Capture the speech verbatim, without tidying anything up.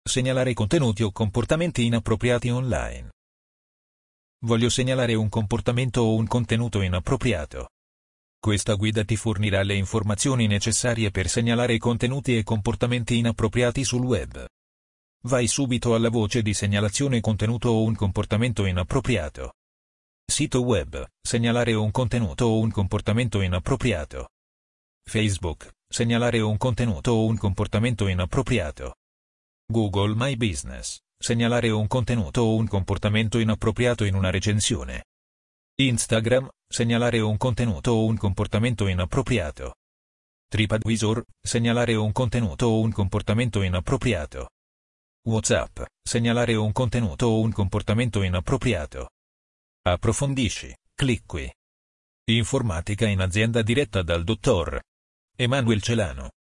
Segnalare contenuti o comportamenti inappropriati online. Voglio segnalare un comportamento o un contenuto inappropriato. Questa guida ti fornirà le informazioni necessarie per segnalare contenuti e comportamenti inappropriati sul web. Vai subito alla voce di segnalazione contenuto o un comportamento inappropriato. Sito web, segnalare un contenuto o un comportamento inappropriato. Facebook, segnalare un contenuto o un comportamento inappropriato. Google My Business, segnalare un contenuto o un comportamento inappropriato in una recensione. Instagram, segnalare un contenuto o un comportamento inappropriato. TripAdvisor, segnalare un contenuto o un comportamento inappropriato. WhatsApp, segnalare un contenuto o un comportamento inappropriato. Approfondisci, clic qui. Informatica in azienda diretta dal dottor Emanuel Celano.